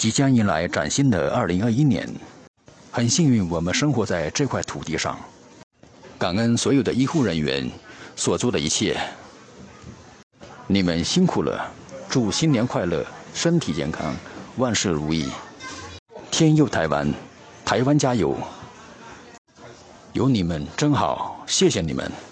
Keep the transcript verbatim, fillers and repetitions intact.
即将迎来崭新的二零二一年，很幸运我们生活在这块土地上，感恩所有的医护人员所做的一切，你们辛苦了，祝新年快乐，身体健康，万事如意。天佑台湾，台湾加油！有你们真好，谢谢你们。